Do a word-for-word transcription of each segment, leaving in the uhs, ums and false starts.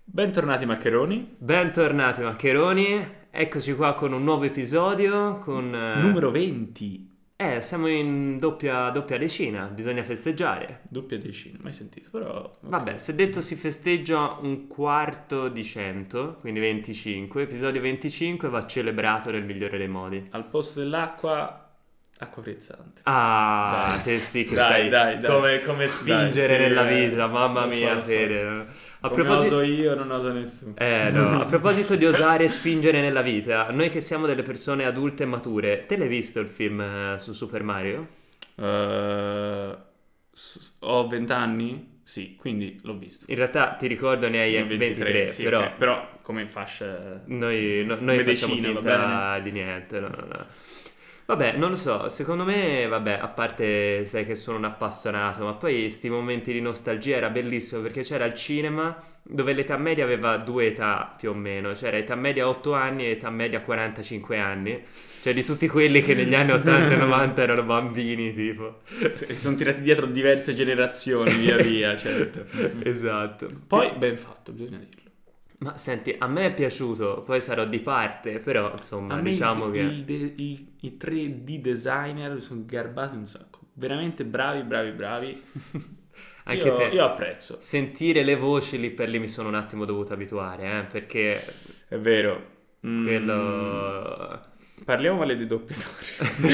Bentornati maccheroni, Bentornati maccheroni, eccoci qua con un nuovo episodio con... eh, numero venti, Eh, siamo in doppia, doppia decina, bisogna festeggiare. doppia decina, mai sentito, però... ok. Vabbè, se detto si festeggia un quarto di cento, quindi venticinque, episodio venticinque va celebrato nel migliore dei modi. Al posto dell'acqua, acqua frizzante. Ah, Dai. te sì che Dai, sai dai, dai. come, come spingere Dai, sì, nella eh, vita, mamma lo so, mia lo so. Fede. A Come proposito... oso io, non osa nessuno. Eh no, a proposito di osare e spingere nella vita, noi che siamo delle persone adulte e mature, te l'hai visto il film eh, su Super Mario? Eh, s- ho venti anni? Sì, quindi l'ho visto. In realtà ti ricordo ne hai Ne ho ventitré, sì, però ok, però come fascia... noi, no- noi facciamo Medicina, va finta di niente, no, no, no. Vabbè, non lo so, secondo me, vabbè, a parte sai che sono un appassionato, ma poi sti momenti di nostalgia era bellissimo perché c'era il cinema dove l'età media aveva due età più o meno, c'era età media otto anni e età media quarantacinque anni, cioè di tutti quelli che negli anni ottanta e novanta erano bambini, tipo. Si sono tirati dietro diverse generazioni, via via, certo. Esatto. Poi ben fatto, bisogna dirlo. Ma senti, a me è piaciuto, poi sarò di parte, però insomma, A me diciamo il, che... il de- il- i tre D designer sono garbati un sacco. Veramente bravi, bravi, bravi. Anche io, se io apprezzo. sentire le voci lì per lì mi sono un attimo dovuto abituare, eh, perché È vero. Mm, quello... Parliamo male dei doppiatori.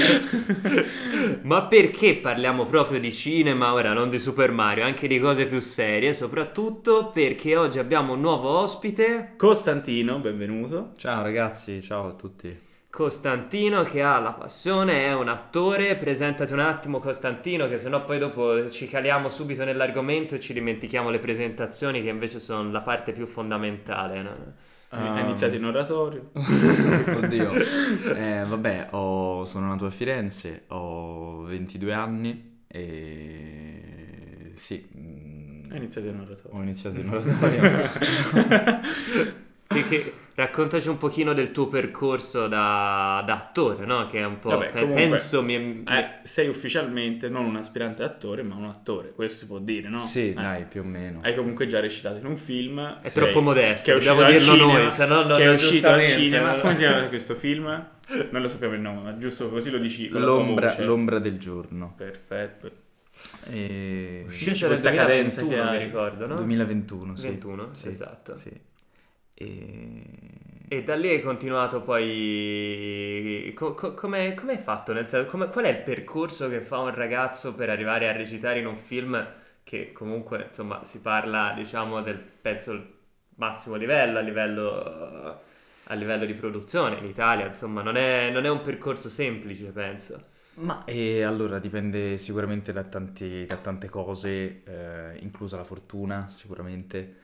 Ma perché parliamo proprio di cinema ora, non di Super Mario, anche di cose più serie, soprattutto perché oggi abbiamo un nuovo ospite, Costantino, benvenuto. Ciao ragazzi, ciao a tutti. Costantino, che ha la passione, è un attore. Presentati un attimo, Costantino, che sennò poi dopo ci caliamo subito nell'argomento e ci dimentichiamo le presentazioni, che invece sono la parte più fondamentale, no? Ha Um, iniziato in oratorio. Oddio. Eh, vabbè, ho- sono nato a Firenze, ho ventidue anni e sì, mm, Ha iniziato in oratorio. ho iniziato in oratorio. Che, che- raccontaci un pochino del tuo percorso da, da attore, no? Che è un po'... Vabbè, pe- comunque, penso mi... mi- Eh, sei ufficialmente non un aspirante attore, ma un attore. Questo si può dire, no? Sì, Eh. dai, più o meno. Hai comunque già recitato in un film. È sei- troppo modesto, che è uscito dobbiamo al dirlo cinema, noi, se no non- che è non uscito al giustamente, cinema. no? Come si chiama questo film? Non lo sappiamo il nome, ma giusto così lo dici con la tua L'ombra, voce. l'ombra del giorno. Perfetto. E... Uscito questa nel cadenza che duemilaventuno, mi hai. ricordo, no? duemilaventuno, sì. ventuno, Sì, esatto. sì. E... E da lì hai continuato poi... co- co- come come hai fatto? Nel senso, come- qual è il percorso che fa un ragazzo per arrivare a recitare in un film che comunque, insomma, si parla, diciamo, del, penso, il massimo livello, a livello, a livello di produzione in Italia, insomma, non è, non è un percorso semplice, penso. Ma e allora dipende sicuramente da tanti- da tante cose, eh, inclusa la fortuna sicuramente.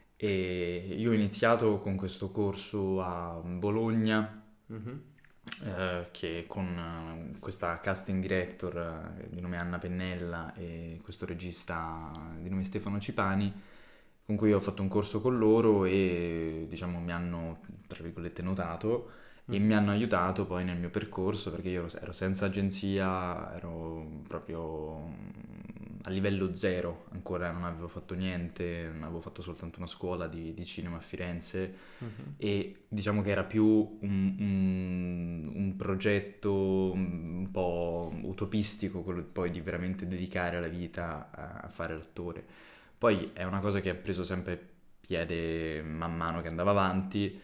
E io ho iniziato con questo corso a Bologna, Mhm. eh, che con eh, questa casting director eh, di nome Anna Pennella e questo regista di nome Stefano Cipani, con cui ho fatto un corso con loro e diciamo mi hanno, tra virgolette, notato e mi hanno aiutato poi nel mio percorso perché io ero, ero senza agenzia, ero proprio mm, a livello zero, ancora non avevo fatto niente, non avevo fatto soltanto una scuola di, di cinema a Firenze Mhm. e diciamo che era più un, un- un progetto un po' utopistico quello poi di veramente dedicare la vita a, a fare l'attore. Poi è una cosa che ha preso sempre piede man mano che andava avanti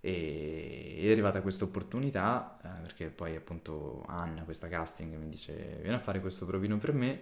e è arrivata questa opportunità eh, perché poi appunto Anna, questa casting, mi dice vieni a fare questo provino per me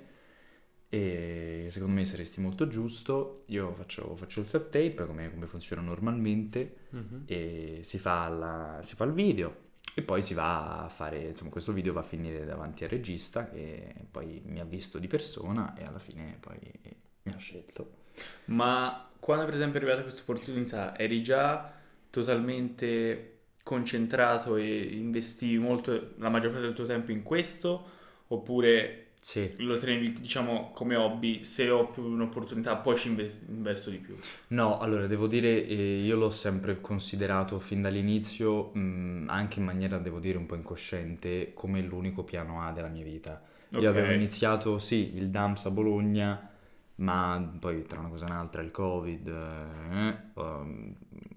e secondo me saresti molto giusto. Io faccio, faccio il self-tape come, come funziona normalmente Mhm. e si fa, la- si fa il video e poi si va a fare, insomma questo video va a finire davanti al regista che poi mi ha visto di persona e alla fine poi mi ha scelto. Ma quando per esempio è arrivata questa opportunità, eri già totalmente concentrato e investivi molto la maggior parte del tuo tempo in questo? Oppure Sì. lo tenevi, diciamo, come hobby? Se ho più un'opportunità, poi ci inves- investo di più. No, allora devo dire, eh, io l'ho sempre considerato fin dall'inizio, mh, anche in maniera, devo dire, un po' incosciente, come l'unico piano A della mia vita. Io Ok. avevo iniziato, sì, il DAMS a Bologna, ma poi tra una cosa e un'altra il Covid, eh, um,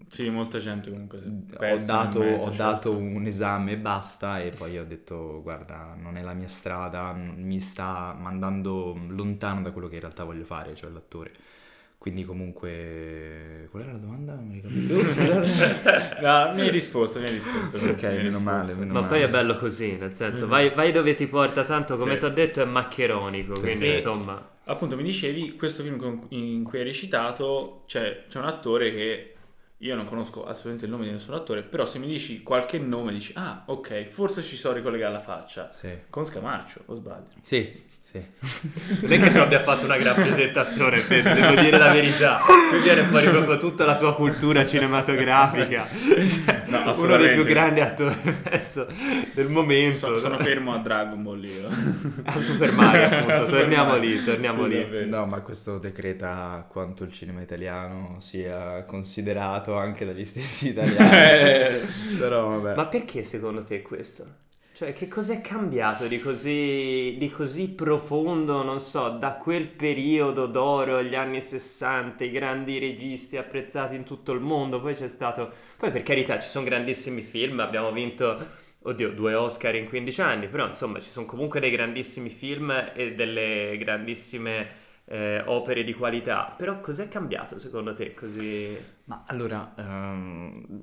Sì, molta gente comunque si ho persa nel dato, mezzo, ho certo. dato un esame e basta e poi ho detto guarda non è la mia strada, n- mi sta mandando lontano da quello che in realtà voglio fare, cioè l'attore. Quindi comunque... Qual era la domanda? Non mi ricordo più. scusate. No, mi hai risposto, mi hai risposto. Ok, mi hai meno risposto. male, meno Ma male. poi è bello così, nel senso, Mhm. vai, vai dove ti porta, tanto come Sì. ti ho detto è maccheronico, quindi E, insomma... appunto mi dicevi, questo film con- in cui hai recitato, c'è, c'è un attore che io non conosco assolutamente il nome di nessun attore, però se mi dici qualche nome dici, ah ok, forse ci so ricollegare la faccia. Sì, Con Scamarcio, o sbaglio? sì, sì. Non è che tu abbia fatto una gran presentazione, de- devo dire la verità. Qui viene fuori proprio tutta la tua cultura cinematografica. Cioè, No, uno dei assolutamente. più grandi attori penso, del momento. Sono, sono fermo a Dragon Ball io. A Super Mario, appunto. Super torniamo Mario. lì, torniamo Sì, lì. davvero. No, ma questo decreta quanto il cinema italiano sia considerato anche dagli stessi italiani. Eh, Però vabbè. Ma perché secondo te questo? Cioè, che cos'è cambiato di così, di così profondo, non so, da quel periodo d'oro agli anni sessanta, i grandi registi apprezzati in tutto il mondo, poi c'è stato... Poi per carità ci sono grandissimi film, abbiamo vinto, oddio, due Oscar in quindici anni, però insomma ci sono comunque dei grandissimi film e delle grandissime eh, opere di qualità. Però cos'è cambiato secondo te così... Ma allora, ehm,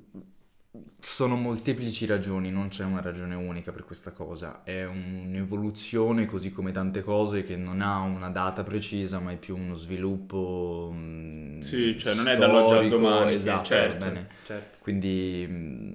sono molteplici ragioni, non c'è una ragione unica per questa cosa, è un'evoluzione così come tante cose che non ha una data precisa, ma è più uno sviluppo mm, Sì, cioè non è dall'oggi al storico, domani, che- esatto, certo. bene. Certo. Quindi, mm,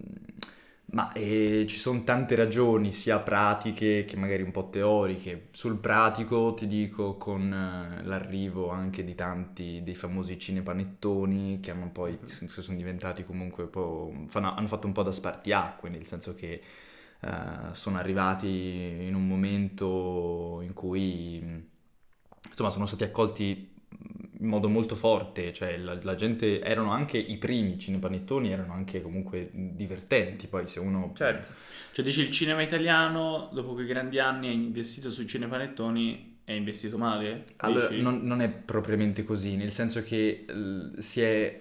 ma eh, ci sono tante ragioni, sia pratiche che magari un po' teoriche. Sul pratico ti dico con eh, l'arrivo anche di tanti dei famosi cinepanettoni che hanno poi, che sono diventati comunque un po', fanno- hanno fatto un po' da spartiacque, nel senso che eh, sono arrivati in un momento in cui mh, insomma sono stati accolti in modo molto forte, cioè la, la gente erano anche i primi cinepanettoni, erano anche comunque divertenti, poi se uno... Certo. Cioè dici il cinema italiano, dopo quei grandi anni, ha investito sui cinepanettoni, è investito male? Allora, Dici? non, non è propriamente così, nel senso che l- si è...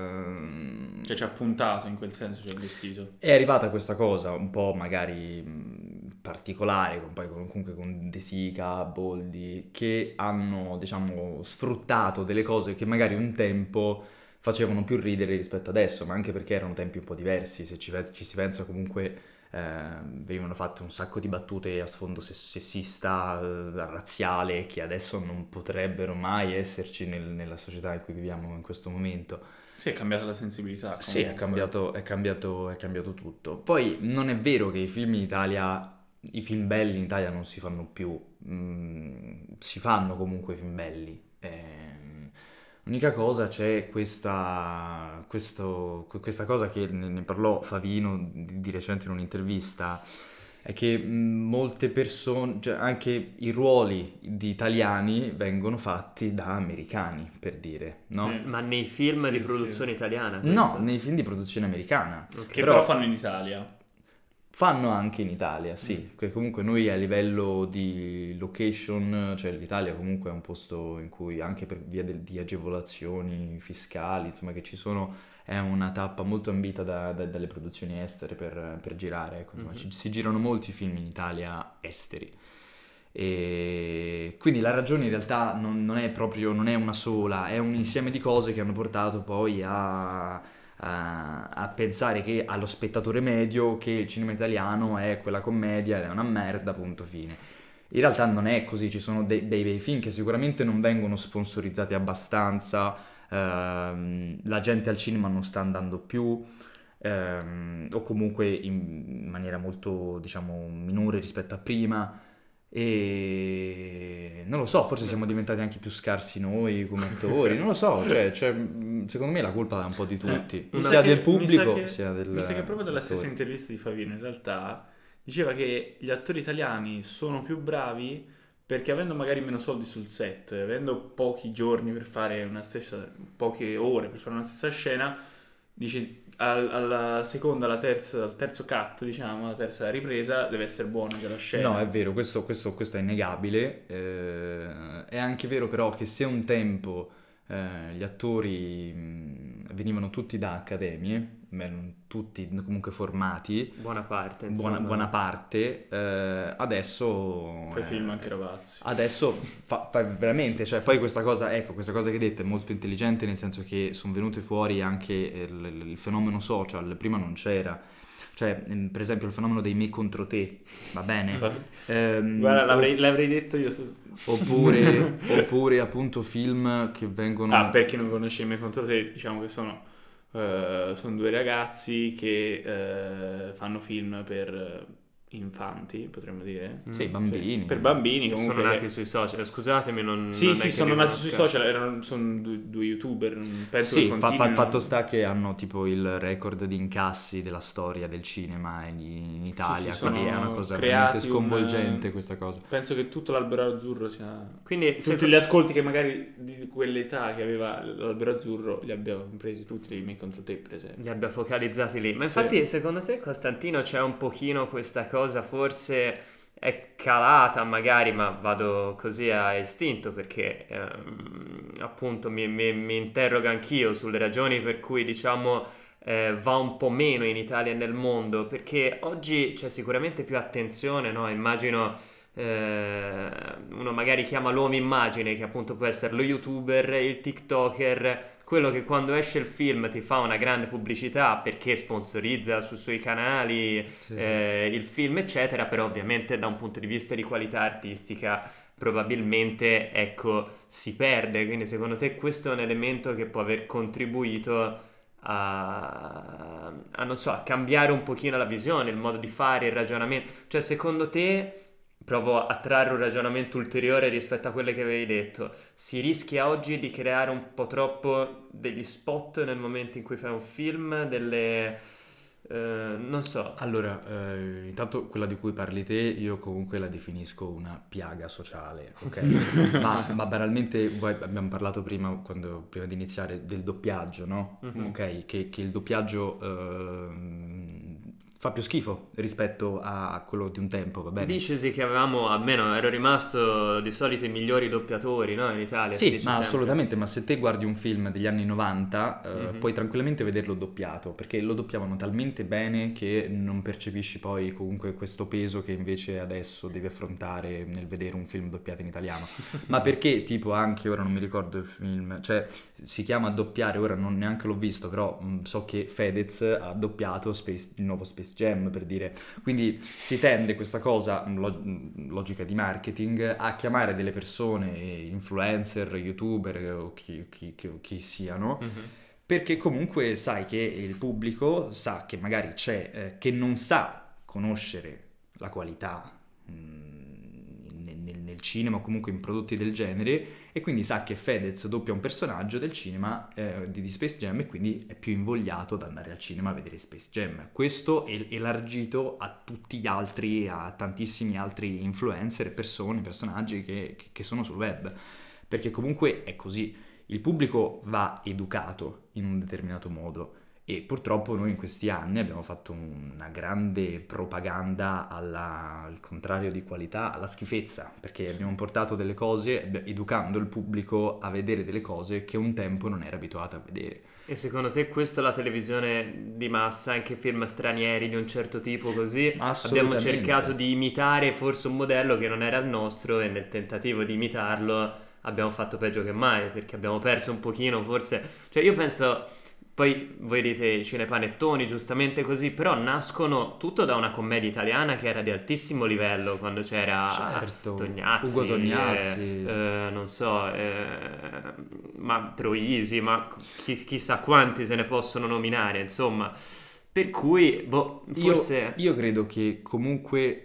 ehm, Cioè ci ha puntato in quel senso, ci ha investito. È arrivata questa cosa un po' magari mh, particolare, con, poi con- comunque con De Sica, Boldi, che hanno, diciamo, sfruttato delle cose che magari un tempo facevano più ridere rispetto adesso, ma anche perché erano tempi un po' diversi. Se ci, pe- ci si pensa comunque eh, venivano fatte un sacco di battute a sfondo ses- sessista, eh, razziale, che adesso non potrebbero mai esserci nel- nella società in cui viviamo in questo momento. Sì, è cambiata la sensibilità. Sì, è comunque. cambiato, è cambiato, è cambiato tutto. Poi non è vero che i film in Italia, i film belli in Italia non si fanno più. Mm, si fanno comunque film belli. Ehm, l'unica cosa c'è questa, questo- que- questa cosa che ne, ne parlò Favino di, di recente in un'intervista, è che mh, molte persone, cioè anche i ruoli di italiani vengono fatti da americani, per dire, no? Sì. Ma nei film Sì, di sì. produzione italiana? No, questo? nei film di produzione americana. Ok. Che Però- però fanno in Italia. Fanno anche in Italia, sì, che comunque noi a livello di location, cioè l'Italia comunque è un posto in cui anche per via del- di agevolazioni fiscali, insomma che ci sono, è una tappa molto ambita da- da- dalle produzioni estere per, per girare, ecco, insomma, Mhm. ci- si girano molti film in Italia esteri. E quindi la ragione in realtà non, non è proprio, non è una sola, è un insieme di cose che hanno portato poi a, a- a pensare che allo spettatore medio che il cinema italiano è quella commedia ed è una merda, punto fine. In realtà non è così, ci sono dei, dei bei film che sicuramente non vengono sponsorizzati abbastanza, ehm, la gente al cinema non sta andando più, ehm, o comunque in maniera molto, diciamo, minore rispetto a prima. E non lo so, forse siamo diventati anche più scarsi noi come attori, non lo so, cioè, cioè, mh, secondo me la colpa è un po' di tutti, Mi sia sa che- del mi pubblico sa che- sia del Mi sa che proprio dalla stessa attore. intervista di Favino in realtà diceva che gli attori italiani sono più bravi perché avendo magari meno soldi sul set, avendo pochi giorni per fare una stessa, poche ore per fare una stessa scena, dice al- alla seconda, alla terza, al terzo cut, diciamo, alla terza ripresa deve essere buona già la scena. No, è vero, questo, questo- questo è innegabile. eh, è anche vero però che se un tempo eh, gli attori mh, venivano tutti da accademie, beh, non tutti, comunque formati, Buona parte, buona, insomma. buona parte, eh, adesso... Fai eh, film anche ragazzi. Adesso fa, fa veramente, cioè poi questa cosa, ecco, questa cosa che hai detto è molto intelligente, nel senso che sono venute fuori anche il, il fenomeno social, prima non c'era. Cioè, mm, per esempio, il fenomeno dei me contro te, va bene? Ehm, Guarda, o- l'avrei, l'avrei detto io. se- oppure, oppure appunto film che vengono... Ah, per chi non conosce Me contro te, diciamo che sono, eh, sono due ragazzi che eh, fanno film per eh, infanti, potremmo dire. Sì, Mm. bambini. Sì, per bambini Che comunque. sono nati che- sui social. Scusatemi, non, Sì, non è sì, che sono li nati sui conosca. social, erano, sono due, due youtuber, non penso che Sì, fa- fa- continuino. fatto sta che hanno tipo il record di incassi della storia del cinema in, in Italia, sì, quindi è sono una cosa creati veramente un- sconvolgente questa cosa. Penso che tutto l'Albero Azzurro sia... Quindi, Tutti seco- gli ascolti che magari di quell'età che aveva l'Albero Azzurro li abbiamo presi tutti dei Me contro te, per esempio. li abbia focalizzati lì. Ma infatti, secondo te, Costantino, c'è un pochino questa cosa, forse è calata magari, ma vado così a istinto perché ehm, appunto mi, mi- mi interrogo anch'io sulle ragioni per cui diciamo eh, va un po' meno in Italia e nel mondo, perché oggi c'è sicuramente più attenzione, no? Immagino eh, uno magari chiama l'uomo immagine, che appunto può essere lo youtuber, il tiktoker, quello che quando esce il film ti fa una grande pubblicità perché sponsorizza sui suoi canali Sì, sì. eh, il film, eccetera, però ovviamente da un punto di vista di qualità artistica probabilmente, ecco, si perde. Quindi secondo te questo è un elemento che può aver contribuito a, a, non so, a cambiare un pochino la visione, il modo di fare, il ragionamento? Cioè, secondo te, provo a trarre un ragionamento ulteriore rispetto a quelle che avevi detto, si rischia oggi di creare un po' troppo degli spot nel momento in cui fai un film, delle... eh, non so. Allora, eh, intanto quella di cui parli te, io comunque la definisco una piaga sociale, ok? ma, ma banalmente, voi abbiamo parlato prima, quando, prima di iniziare, del doppiaggio, no? Mhm. Ok? Che, che il doppiaggio ehm, fa più schifo rispetto a, a quello di un tempo, va bene? Dicesi che avevamo, almeno ero rimasto di solito i migliori doppiatori, no? In Italia, si Sì, dice ma sempre. assolutamente, ma se te guardi un film degli anni novanta, eh, Mhm. puoi tranquillamente vederlo doppiato, perché lo doppiavano talmente bene che non percepisci poi comunque questo peso che invece adesso devi affrontare nel vedere un film doppiato in italiano. Ma perché tipo anche, ora non mi ricordo il film, cioè si chiama doppiare, ora non neanche l'ho visto, però mh, so che Fedez ha doppiato Space- il nuovo Space Jam, per dire. Quindi si tende questa cosa, mh, lo- mh, logica di marketing, a chiamare delle persone, influencer, youtuber eh, o chi, chi- chi- chi siano, Mhm. perché comunque sai che il pubblico sa che magari c'è, eh, che non sa conoscere la qualità mh, nel, nel- nel cinema o comunque in prodotti del genere, e quindi sa che Fedez doppia un personaggio del cinema eh, di, di Space Jam, e quindi è più invogliato ad andare al cinema a vedere Space Jam. Questo è elargito a tutti gli altri, a tantissimi altri influencer, e persone, personaggi che, che- che sono sul web, perché comunque è così. Il pubblico va educato in un determinato modo, e purtroppo noi in questi anni abbiamo fatto una grande propaganda alla- al contrario di qualità, alla schifezza, perché abbiamo portato delle cose, ed- educando il pubblico a vedere delle cose che un tempo non era abituato a vedere. E secondo te questa è la televisione di massa, anche film stranieri di un certo tipo così? Abbiamo Assolutamente. cercato di imitare forse un modello che non era il nostro, e nel tentativo di imitarlo abbiamo fatto peggio che mai, perché abbiamo perso un pochino forse... Cioè io penso, poi voi dite i cinepanettoni, giustamente così, però nascono tutto da una commedia italiana che era di altissimo livello, quando c'era Certo, Tognazzi, Ugo Tognazzi. eh, eh, non so, eh, ma Troisi, ma chi- chissà quanti se ne possono nominare, insomma. Per cui, boh, Io, forse... io credo che comunque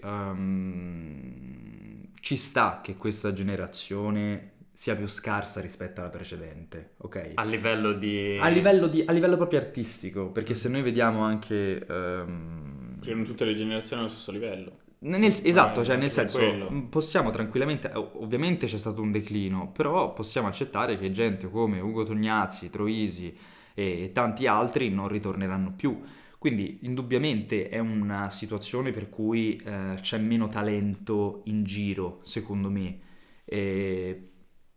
ehm, ci sta che questa generazione sia più scarsa rispetto alla precedente, ok? A livello di... A livello, di, a livello proprio artistico, perché se noi vediamo anche... ehm, Perché non tutte le generazioni hanno lo stesso livello. nel- esatto, cioè nel Anche per senso, quello. mh, possiamo tranquillamente, ov- ovviamente c'è stato un declino, però possiamo accettare che gente come Ugo Tognazzi, Troisi e tanti altri non ritorneranno più. Quindi indubbiamente è una situazione per cui eh, c'è meno talento in giro, secondo me. E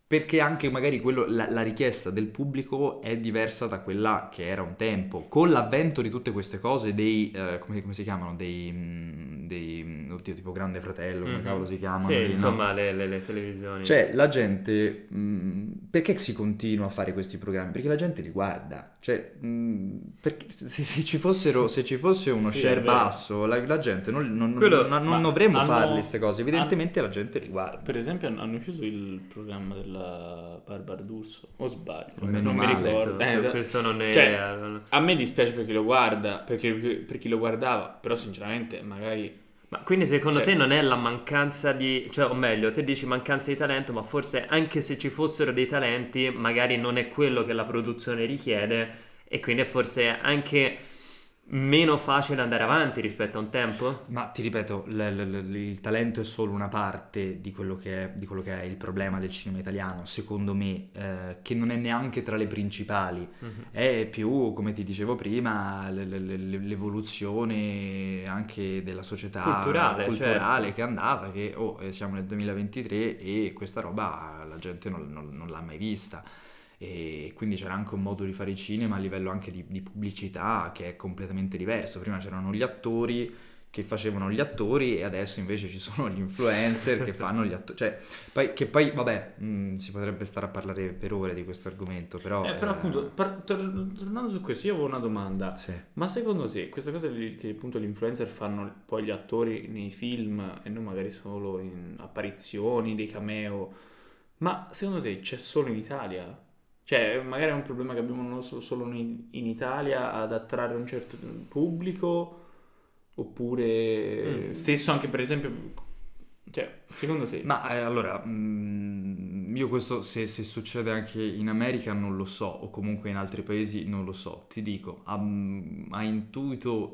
perché anche magari quello, la, la richiesta del pubblico è diversa da quella che era un tempo. Con l'avvento di tutte queste cose, dei, eh, come, come si chiamano, dei, mh, dei, mh, oddio, tipo Grande Fratello, come Mhm. cavolo si chiamano? Sì, lì, no? insomma, le, le- le televisioni. Cioè, la gente, mh, perché si continua a fare questi programmi? Perché la gente li guarda. Cioè, mh, perché se, se ci fossero, se ci fosse uno Sì, share è vero. basso, la, la gente non, non, Quello- non, non ma dovremmo hanno- farle queste cose. Evidentemente la gente li guarda. Per esempio hanno- hanno chiuso il programma della Barbara D'Urso, o sbaglio? Meno non mi male. ricordo. Questo, Eh, esatto. questo non è... Cioè, a me dispiace per chi lo guarda, perché, per chi lo guardava, però sinceramente magari... Ma quindi secondo Cioè- te non è la mancanza di... Cioè, o meglio, te dici mancanza di talento, ma forse anche se ci fossero dei talenti, magari non è quello che la produzione richiede e quindi è forse anche meno facile andare avanti rispetto a un tempo? Ma ti ripeto, l- l- l- il talento è solo una parte di quello che è, di quello che è il problema del cinema italiano, secondo me, eh, che non è neanche tra le principali. È più, come ti dicevo prima, l- l- l- l'evoluzione anche della società Culturale, culturale certo. che è andata, che oh, eh, siamo nel duemilaventitré e questa roba la gente non, non- non l'ha mai vista. E quindi c'era anche un modo di fare cinema a livello anche di, di pubblicità che è completamente diverso. Prima c'erano gli attori che facevano gli attori e adesso invece ci sono gli influencer che fanno gli attori. Cioè, poi, che poi, vabbè, mh, si potrebbe stare a parlare per ore di questo argomento, però... Eh, però eh, appunto, par- tor- tornando su questo, io avevo una domanda. sì. Ma secondo te, questa cosa lì che appunto gli influencer fanno poi gli attori nei film e non magari solo in apparizioni, dei cameo, ma secondo te c'è solo in Italia? Cioè, magari è un problema che abbiamo non so- solo in, in Italia ad attrarre un certo pubblico, oppure Mm. stesso anche per esempio, cioè, secondo te? Ma eh, allora, mh, io questo se, se succede anche in America non lo so, o comunque in altri paesi non lo so. Ti dico, a, a intuito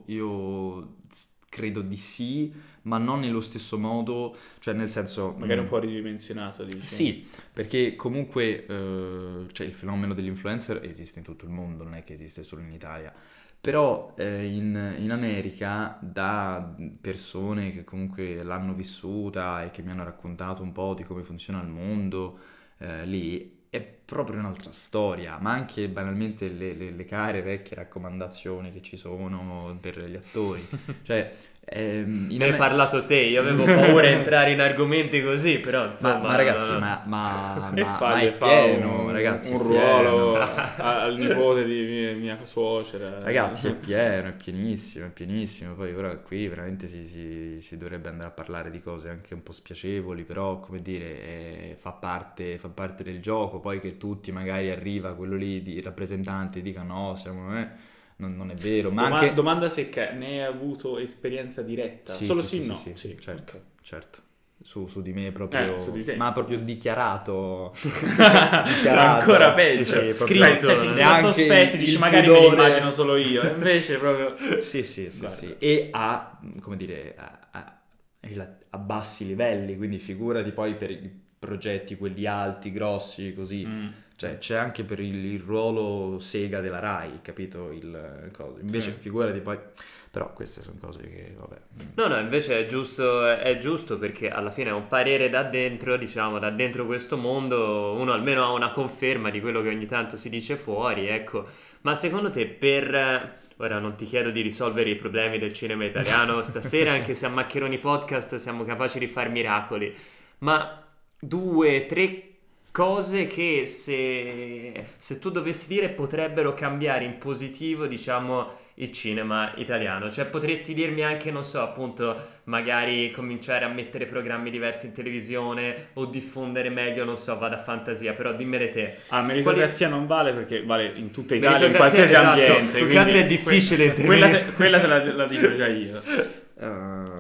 io s- credo di sì, ma non nello stesso modo, cioè nel senso... Magari un mh, po' ridimensionato, dici? Sì, perché comunque eh, cioè il fenomeno degli influencer esiste in tutto il mondo, non è che esiste solo in Italia. Però eh, in, in America, da persone che comunque l'hanno vissuta e che mi hanno raccontato un po' di come funziona il mondo, eh, lì è proprio un'altra storia, ma anche banalmente le, le, le care vecchie raccomandazioni che ci sono per gli attori. Cioè, ehm, in Ne hai Amer- parlato te, io avevo paura di entrare in argomenti così, però Ma, insomma... ma ragazzi, ma, ma, E ma- fa, ma gli è fa pieno, un, ragazzi, un è pieno. ruolo a- al nipote di mia, mia suocera. Ragazzi, è pieno, è pienissimo, è pienissimo. Poi ora qui veramente si, si- si dovrebbe andare a parlare di cose anche un po' spiacevoli, però come dire, eh, fa parte, fa parte del gioco. Poi che tutti magari arriva quello lì di rappresentante e dica no, siamo... eh, non, non è vero, ma Doma- anche... Domanda secca, ne hai avuto esperienza diretta? Sì, Solo sì, sì, sì, no? sì, sì, Sì, certo, ok. certo. Su, su di me proprio... Eh, su di te. Ma proprio dichiarato... dichiarato. Ancora peggio. Sì, sì, Scritto, proprio- sai, finché la neanche sospetti, il dici magari me pudore. l'immagino solo io. E invece proprio... Sì, sì, sì, Guarda. sì. E a, come dire, a, a- a bassi livelli, quindi figurati poi per i progetti, quelli alti, grossi, così. Mm. Cioè, c'è anche per il, il ruolo Sega della Rai, capito? Il coso. Invece, Sì. figurati poi... Però queste sono cose che, vabbè... No, no, invece è giusto, è giusto perché alla fine è un parere da dentro, diciamo, da dentro questo mondo, uno almeno ha una conferma di quello che ogni tanto si dice fuori, ecco. Ma secondo te per... Ora non ti chiedo di risolvere i problemi del cinema italiano stasera, anche se a Maccheroni Podcast siamo capaci di fare miracoli, ma due, tre cose che se, se tu dovessi dire potrebbero cambiare in positivo, diciamo, il cinema italiano. Cioè potresti dirmi anche, non so, appunto, magari cominciare a mettere programmi diversi in televisione o diffondere meglio, non so, vado a fantasia, però dimmele te. Ah, meritocrazia non vale perché vale in tutta Italia, in Meritocrazia, qualsiasi esatto. ambiente. Più che quindi altro è difficile que- quella, intervenire. te, quella te la, la dico già io. Uh,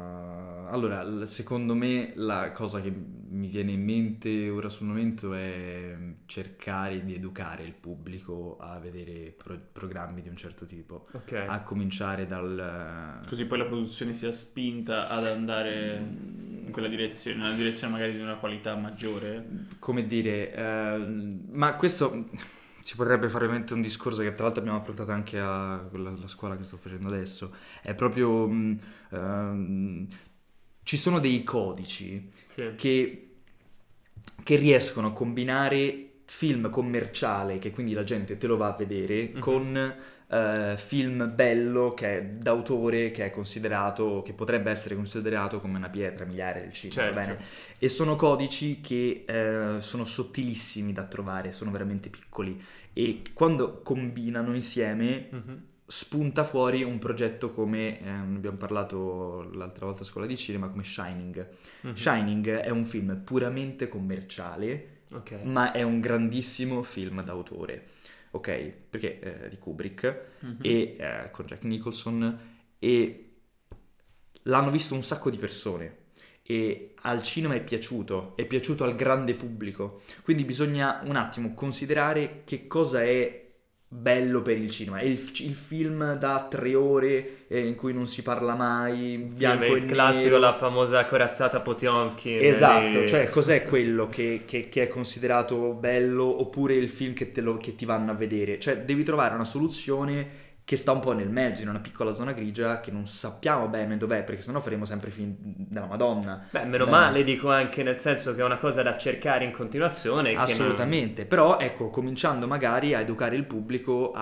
allora, l- secondo me la cosa che mi viene in mente ora sul momento è cercare di educare il pubblico a vedere pro- programmi di un certo tipo, Ok. a cominciare dal... Così poi la produzione sia spinta ad andare in quella direzione, nella direzione magari di una qualità maggiore. come dire, eh, ma questo si potrebbe fare veramente un discorso che tra l'altro abbiamo affrontato anche a quella, la scuola che sto facendo adesso, è proprio, mh, ehm, ci sono dei codici Sì. che che riescono a combinare film commerciale, che quindi la gente te lo va a vedere, Mhm. con eh, film bello che è d'autore, che è considerato, che potrebbe essere considerato come una pietra miliare del cinema, va Certo. bene? E sono codici che eh, sono sottilissimi da trovare, sono veramente piccoli e quando combinano insieme Mhm. spunta fuori un progetto come, eh, ne abbiamo parlato l'altra volta a scuola di cinema, come Shining. Mhm. Shining è un film puramente commerciale, Ok. ma è un grandissimo film d'autore, ok? Perché è di Kubrick Mhm. e eh, con Jack Nicholson e l'hanno visto un sacco di persone e al cinema è piaciuto, è piaciuto al grande pubblico, quindi bisogna un attimo considerare che cosa è bello per il cinema. È il, il film da tre ore eh, in cui non si parla mai, bianco Film, e il classico, nero. la famosa corazzata Potemkin. Esatto, di- cioè cos'è quello che, che- che è considerato bello oppure il film che, te lo, che ti vanno a vedere? Cioè devi trovare una soluzione che sta un po' nel mezzo, in una piccola zona grigia che non sappiamo bene dov'è, perché sennò faremo sempre film della Madonna. Beh, meno Beh, male, dico anche nel senso che è una cosa da cercare in continuazione. Che non- Assolutamente, però ecco, cominciando magari a educare il pubblico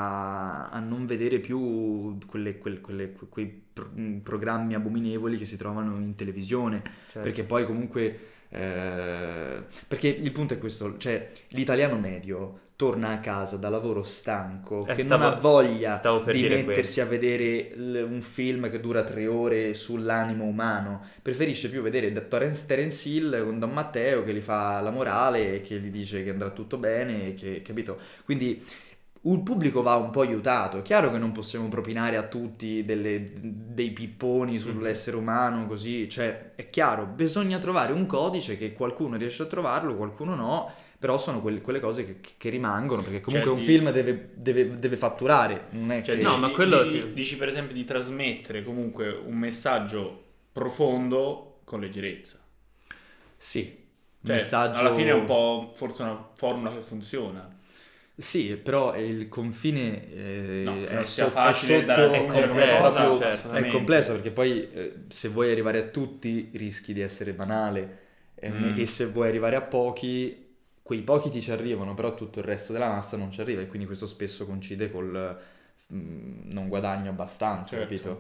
a, a non vedere più quelle- quelle- quelle- quei pro- programmi abominevoli che si trovano in televisione, Certo. perché poi comunque, eh, perché il punto è questo, cioè l'italiano medio torna a casa da lavoro stanco, Eh, che stavo- non ha voglia stavo per di dire mettersi questo. a vedere l- un film che dura tre ore sull'animo umano, preferisce più vedere da Terence, Terence Hill con Don Matteo che gli fa la morale e che gli dice che andrà tutto bene, che, capito? Quindi il pubblico va un po' aiutato. È chiaro che non possiamo propinare a tutti delle- dei pipponi sull'essere umano, così, cioè è chiaro, bisogna trovare un codice che qualcuno riesce a trovarlo, qualcuno no, però sono quelle, quelle cose che, che rimangono, perché comunque Cioè, un di- film deve, deve- deve fatturare, non è Cioè, che... no, dici, ma quello di- sì. dici per esempio di trasmettere comunque un messaggio profondo con leggerezza. Sì, Cioè, messaggio... alla fine è un po' forse una formula che funziona. Sì, però il confine eh, No, che è, non sia so- è facile sotto... da è raggiungere complesso, una cosa, certo. È assolutamente. complesso perché poi eh, se vuoi arrivare a tutti rischi di essere banale e, Mm. e se vuoi arrivare a pochi, quei pochi ti ci arrivano, però tutto il resto della massa non ci arriva e quindi questo spesso coincide col mm, non guadagno abbastanza, Certo. capito?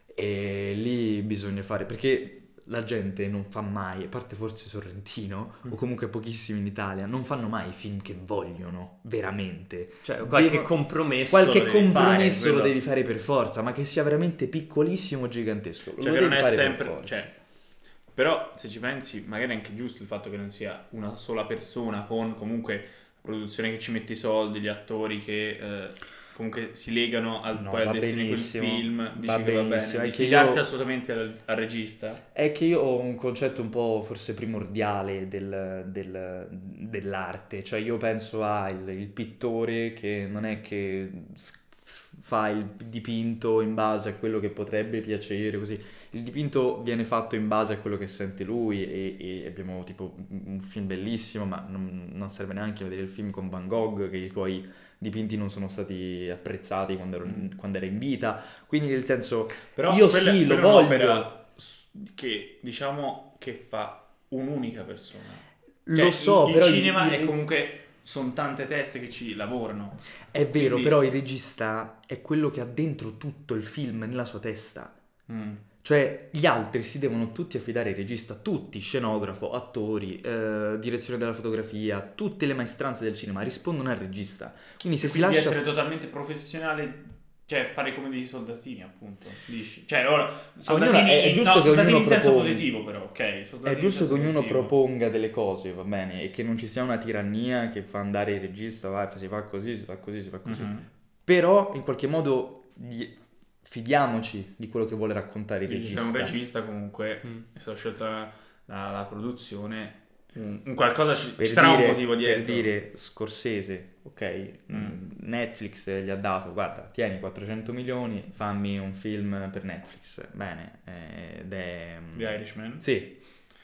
E lì bisogna fare, perché la gente non fa mai, a parte forse Sorrentino o comunque pochissimi in Italia, non fanno mai i film che vogliono veramente. Cioè, qualche Devo- compromesso Qualche lo devi compromesso fare, lo quello- devi fare per forza, ma che sia veramente piccolissimo o gigantesco. Lo Cioè, che devi non è fare per sempre. forza. Cioè, però, se ci pensi, magari è anche giusto il fatto che non sia una sola persona con comunque la produzione che ci mette i soldi, gli attori che eh, comunque si legano al, No, poi al va destino di quel benissimo, film. va Dici che va benissimo, bene. è Di che fidarsi io- assolutamente al, al regista. È che io ho un concetto un po' forse primordiale del- del- dell'arte, cioè io penso al il pittore che non è che s- s- fa il dipinto in base a quello che potrebbe piacere, così. Il dipinto viene fatto in base a quello che sente lui e, e abbiamo tipo un film bellissimo, ma non, non serve neanche vedere il film con Van Gogh, che i suoi dipinti non sono stati apprezzati quando, ero- Mm. quando era in vita, quindi nel senso... Però Io quella- sì, lo quella è voglio. un'opera s- che diciamo che fa un'unica persona. Lo Cioè, so, il, però il il- cinema il- è comunque sono tante teste che ci lavorano. È vero, Quindi- però il regista è quello che ha dentro tutto il film nella sua testa. Mm. Cioè, gli altri si devono tutti affidare al regista, tutti, scenografo, attori, eh, direzione della fotografia, tutte le maestranze del cinema rispondono al regista. Quindi se si Quindi lascia... essere totalmente professionale, cioè fare come dei soldatini, appunto. Dici. Cioè, ora soldatini, Ognuno- è- è in- giusto no, che soldatini ognuno in senso proponga. positivo, però, ok. soldatini È in giusto che senso ognuno positivo. proponga delle cose, va bene? E che non ci sia una tirannia che fa andare il regista, vai, si fa così, si fa così, si fa così. Mhm. Però, in qualche modo, gli- fidiamoci di quello che vuole raccontare il Quindi regista. c'è un regista comunque, Mm. è stata scelta la, la- la produzione, un, un qualcosa ci, Per ci sarà dire, un motivo dietro. per dire Scorsese, ok, Mm. Netflix gli ha dato, guarda, tieni quattrocento milioni, fammi un film per Netflix, bene, eh, ed è... The Irishman. Sì.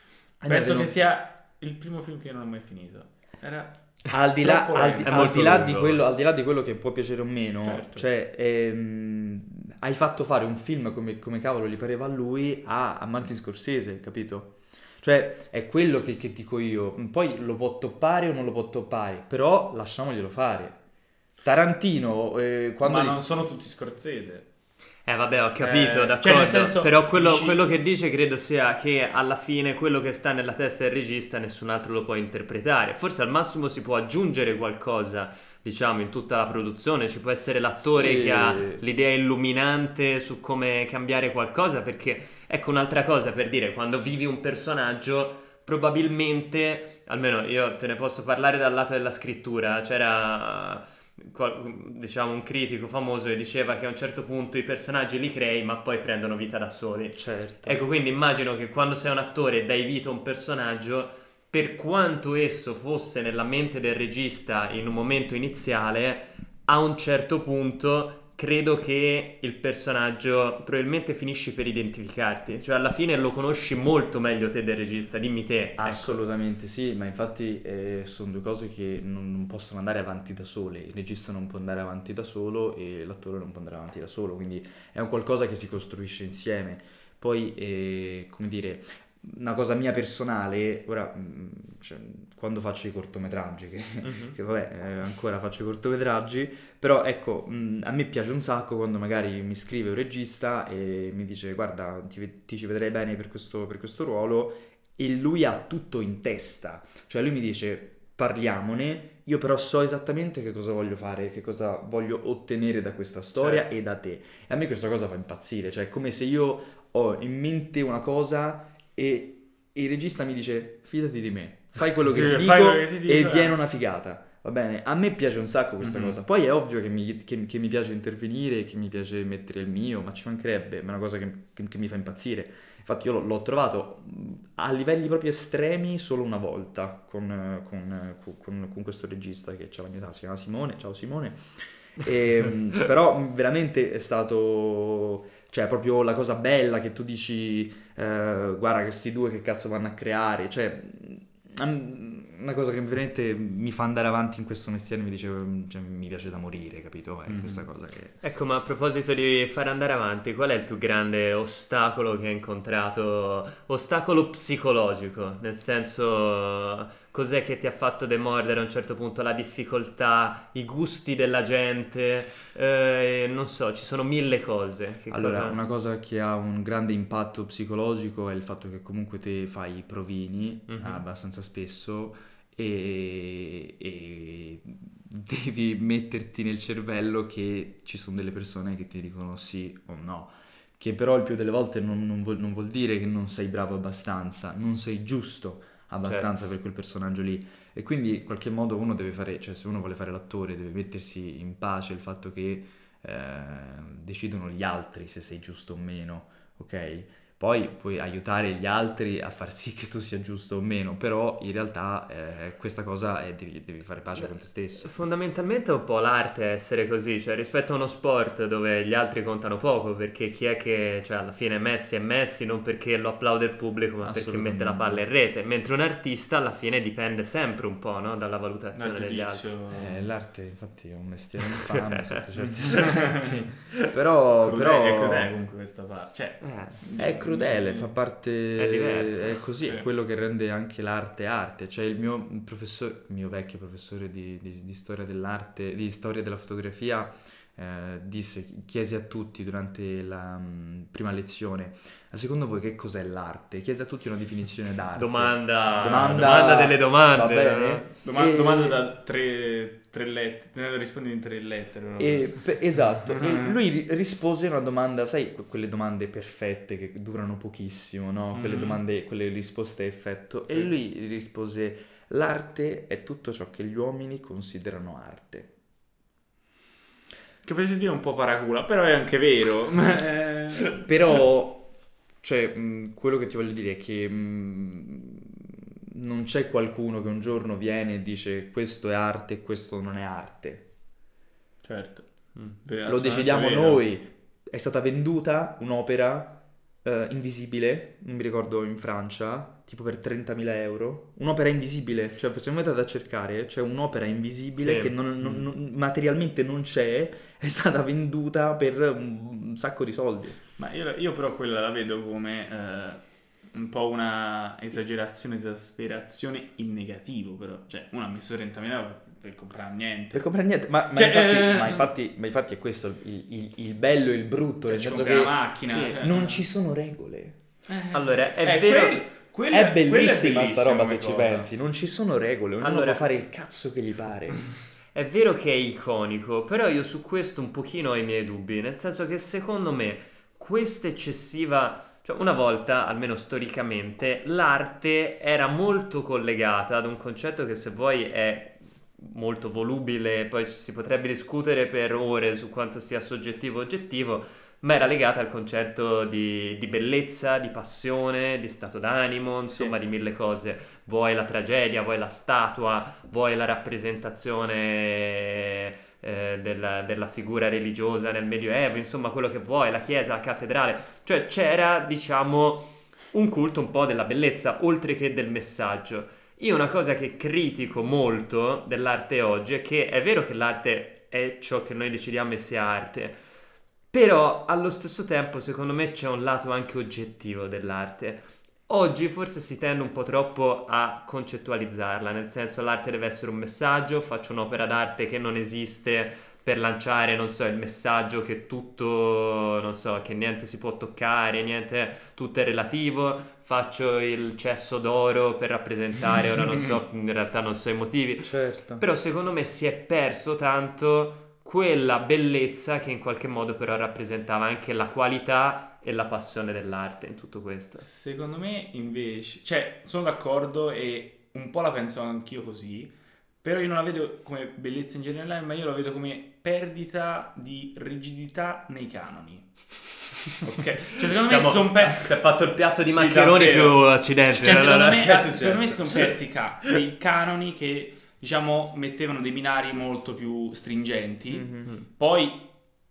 Penso Non- che sia il primo film che non ho mai finito. Era Al di là, troppo al, lento. È al molto di là lungo. di quello, al di là di quello che può piacere o meno, Certo. cioè, ehm, hai fatto fare un film come, come cavolo gli pareva a lui a, a Martin Scorsese, capito? Cioè, è quello che, che dico io. Poi lo può toppare o non lo può toppare, però lasciamoglielo fare. Tarantino, eh, quando Ma gli- non sono tutti Scorsese. Eh vabbè, ho capito, Eh, d'accordo, cioè, nel senso, però quello, dici- quello che dice credo sia che alla fine quello che sta nella testa del regista nessun altro lo può interpretare. Forse al massimo si può aggiungere qualcosa, diciamo, in tutta la produzione, ci può essere l'attore Sì. che ha l'idea illuminante su come cambiare qualcosa, perché ecco un'altra cosa per dire, quando vivi un personaggio probabilmente, almeno io te ne posso parlare dal lato della scrittura, c'era qual- diciamo un critico famoso che diceva che a un certo punto i personaggi li crei ma poi prendono vita da soli. Certo. Ecco, quindi immagino che quando sei un attore e dai vita a un personaggio, per quanto esso fosse nella mente del regista in un momento iniziale, a un certo punto credo che il personaggio probabilmente finisci per identificarti, cioè alla fine lo conosci molto meglio te del regista, dimmi te. Ecco. Assolutamente sì, ma infatti eh, sono due cose che non, non possono andare avanti da sole. Il regista non può andare avanti da solo e l'attore non può andare avanti da solo, quindi è un qualcosa che si costruisce insieme. Poi, eh, come dire, una cosa mia personale, ora, mh, cioè, quando faccio i cortometraggi, che, Mhm. che vabbè, eh, ancora faccio i cortometraggi, però ecco, mh, a me piace un sacco quando magari mi scrive un regista e mi dice guarda, ti, ti ci vedrei bene per questo, per questo ruolo, e lui ha tutto in testa, cioè lui mi dice parliamone, io però so esattamente che cosa voglio fare, che cosa voglio ottenere da questa storia Certo. e da te, e a me questa cosa fa impazzire, cioè è come se io ho in mente una cosa e, e il regista mi dice fidati di me, fai quello che Sì, ti fai dico quello che ti dico, e eh. viene una figata. Va bene, a me piace un sacco questa Mhm. cosa. Poi è ovvio che mi, che- che mi piace intervenire, che mi piace mettere il mio, ma ci mancherebbe, ma è una cosa che, che- che mi fa impazzire. Infatti io l'ho, l'ho trovato mh, a livelli proprio estremi solo una volta con, eh, con, eh, con- con- con questo regista che c'ha la mia età, si chiama Simone, ciao Simone. E, mh, però mh, veramente è stato, cioè proprio la cosa bella che tu dici, eh, guarda questi due che cazzo vanno a creare, cioè mh, una cosa che veramente mi fa andare avanti in questo mestiere, mi dice, cioè, mi piace da morire, capito? È Mhm. questa cosa che... Ecco, ma a proposito di fare andare avanti, qual è il più grande ostacolo che hai incontrato? Ostacolo psicologico, nel senso, cos'è che ti ha fatto demordere a un certo punto? La difficoltà, i gusti della gente, eh, non so, ci sono mille cose. Che Allora, cosa- una cosa che ha un grande impatto psicologico è il fatto che comunque te fai i provini Mhm. abbastanza spesso e, e devi metterti nel cervello che ci sono delle persone che ti dicono sì o no, che però il più delle volte non, non vuol, non vuol dire che non sei bravo abbastanza, non sei giusto abbastanza Certo. per quel personaggio lì. E quindi in qualche modo uno deve fare, cioè se uno vuole fare l'attore deve mettersi in pace il fatto che eh, decidono gli altri se sei giusto o meno, ok? Poi puoi aiutare gli altri a far sì che tu sia giusto o meno, però in realtà eh, questa cosa è, devi, devi fare pace con te stesso. Fondamentalmente è un po' l'arte essere così, cioè rispetto a uno sport dove gli altri contano poco, perché chi è che, cioè alla fine Messi è Messi non perché lo applaude il pubblico, ma perché mette la palla in rete, mentre un artista alla fine dipende sempre un po', no? Dalla valutazione Dal degli altri. giudizio. Eh, l'arte infatti è un mestiere infame sotto certi aspetti, però, Crudele- però è crudele comunque questa parte. Cioè, Eh, è crudele, fa parte, È diverso. è così, Sì. è quello che rende anche l'arte arte. Cioè il mio professore, il mio vecchio professore di, di- di storia dell'arte, di storia della fotografia, eh, disse, chiese a tutti durante la mh, prima lezione, ma secondo voi che cos'è l'arte? Chiese a tutti una definizione d'arte. domanda, Domanda- domanda delle domande. va bene? no? domanda, E- domanda da tre, tre lettere, rispondi in tre lettere. No? E, pe- esatto, e lui ri- rispose una domanda, sai, que- quelle domande perfette che durano pochissimo, no? Quelle Mhm. domande, quelle risposte a effetto. E Sì. lui rispose, l'arte è tutto ciò che gli uomini considerano arte. Che penso sia un po' paracula, però è anche vero. Eh, Però, cioè, mh, quello che ti voglio dire è che mh, non c'è qualcuno che un giorno viene e dice questo è arte e questo non è arte. certo. Mm. Vero, Lo assolutamente decidiamo vero. noi. È stata venduta un'opera eh, invisibile, non mi ricordo, in Francia, tipo per trentamila euro. Un'opera invisibile, cioè se andate a cercare, c'è un'opera invisibile Sì. che non- non- non- materialmente non c'è, è stata venduta per un, un sacco di soldi. Ma io, io però quella la vedo come eh, un po' una esagerazione, esasperazione in negativo, però. Cioè, uno ha messo trentamila euro per comprare niente. Per comprare niente, ma, ma, Cioè, infatti, eh, ma, infatti, ma infatti è questo il, il, il bello e il brutto, nel Ci senso compri che una macchina, sì, cioè, non ci sono regole. Eh, Allora, è eh, vero- quel- quella- È quella bellissima sta roba come se ci cosa. pensi, non ci sono regole, ognuno Allora- può fare il cazzo che gli pare. È vero che è iconico, però io su questo un pochino ho i miei dubbi, nel senso che secondo me questa eccessiva, cioè una volta, almeno storicamente, l'arte era molto collegata ad un concetto che se vuoi è molto volubile, poi si potrebbe discutere per ore su quanto sia soggettivo o oggettivo, ma era legata al concetto di, di bellezza, di passione, di stato d'animo, insomma di mille cose. Vuoi la tragedia, vuoi la statua, vuoi la rappresentazione eh, della, della figura religiosa nel Medioevo, insomma quello che vuoi, la chiesa, la cattedrale. Cioè c'era, diciamo, un culto un po' della bellezza, oltre che del messaggio. Io una cosa che critico molto dell'arte oggi è che è vero che l'arte è ciò che noi decidiamo e sia arte, però allo stesso tempo secondo me c'è un lato anche oggettivo dell'arte. Oggi forse si tende un po' troppo a concettualizzarla, nel senso l'arte deve essere un messaggio, faccio un'opera d'arte che non esiste per lanciare, non so, il messaggio che tutto, non so, che niente si può toccare, niente, tutto è relativo, faccio il cesso d'oro per rappresentare, ora non so, in realtà non so i motivi, Certo. però secondo me si è perso tanto quella bellezza che in qualche modo però rappresentava anche la qualità e la passione dell'arte in tutto questo. Secondo me invece, cioè sono d'accordo e un po' la penso anch'io così, però io non la vedo come bellezza in generale, ma io la vedo come perdita di rigidità nei canoni. Ok? Cioè secondo me Siamo- si sono persi... Si è fatto il piatto di Sì, maccheroni davvero. più accidenti. Cioè, secondo, me, Che è secondo me si successo? sono persi ca- dei canoni che, diciamo, mettevano dei binari molto più stringenti. Mhm. Poi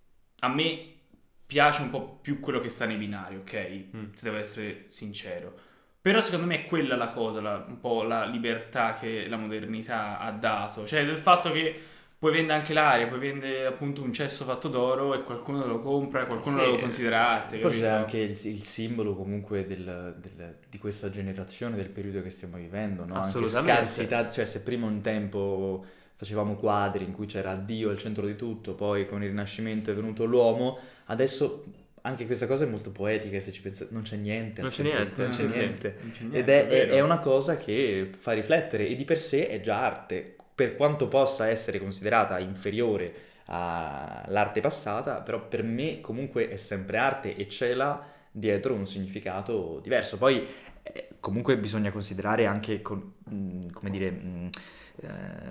a me piace un po' più quello che sta nei binari, ok? Mm. Se devo essere sincero. Però secondo me è quella la cosa, la- un po' la libertà che la modernità ha dato. Cioè del fatto che puoi vendere anche l'aria, puoi vendere appunto un cesso fatto d'oro e qualcuno lo compra, qualcuno Sì. lo considera arte. Forse è capito? anche il, il simbolo comunque del- del- di questa generazione, del periodo che stiamo vivendo, no? Anche Assolutamente. scarsità, cioè se prima un tempo facevamo quadri in cui c'era Dio al centro di tutto, poi con il Rinascimento è venuto l'uomo, adesso anche questa cosa è molto poetica, se ci pensate, non c'è niente. al Non c'è centro- niente, non c'è sì, sì. niente. Non c'è Ed niente, è, è- vero. è una cosa che fa riflettere e di per sé è già arte, per quanto possa essere considerata inferiore all'arte passata, però per me comunque è sempre arte e ce l'ha dietro un significato diverso. Poi eh, comunque bisogna considerare anche, con- mh, come dire, mh, eh,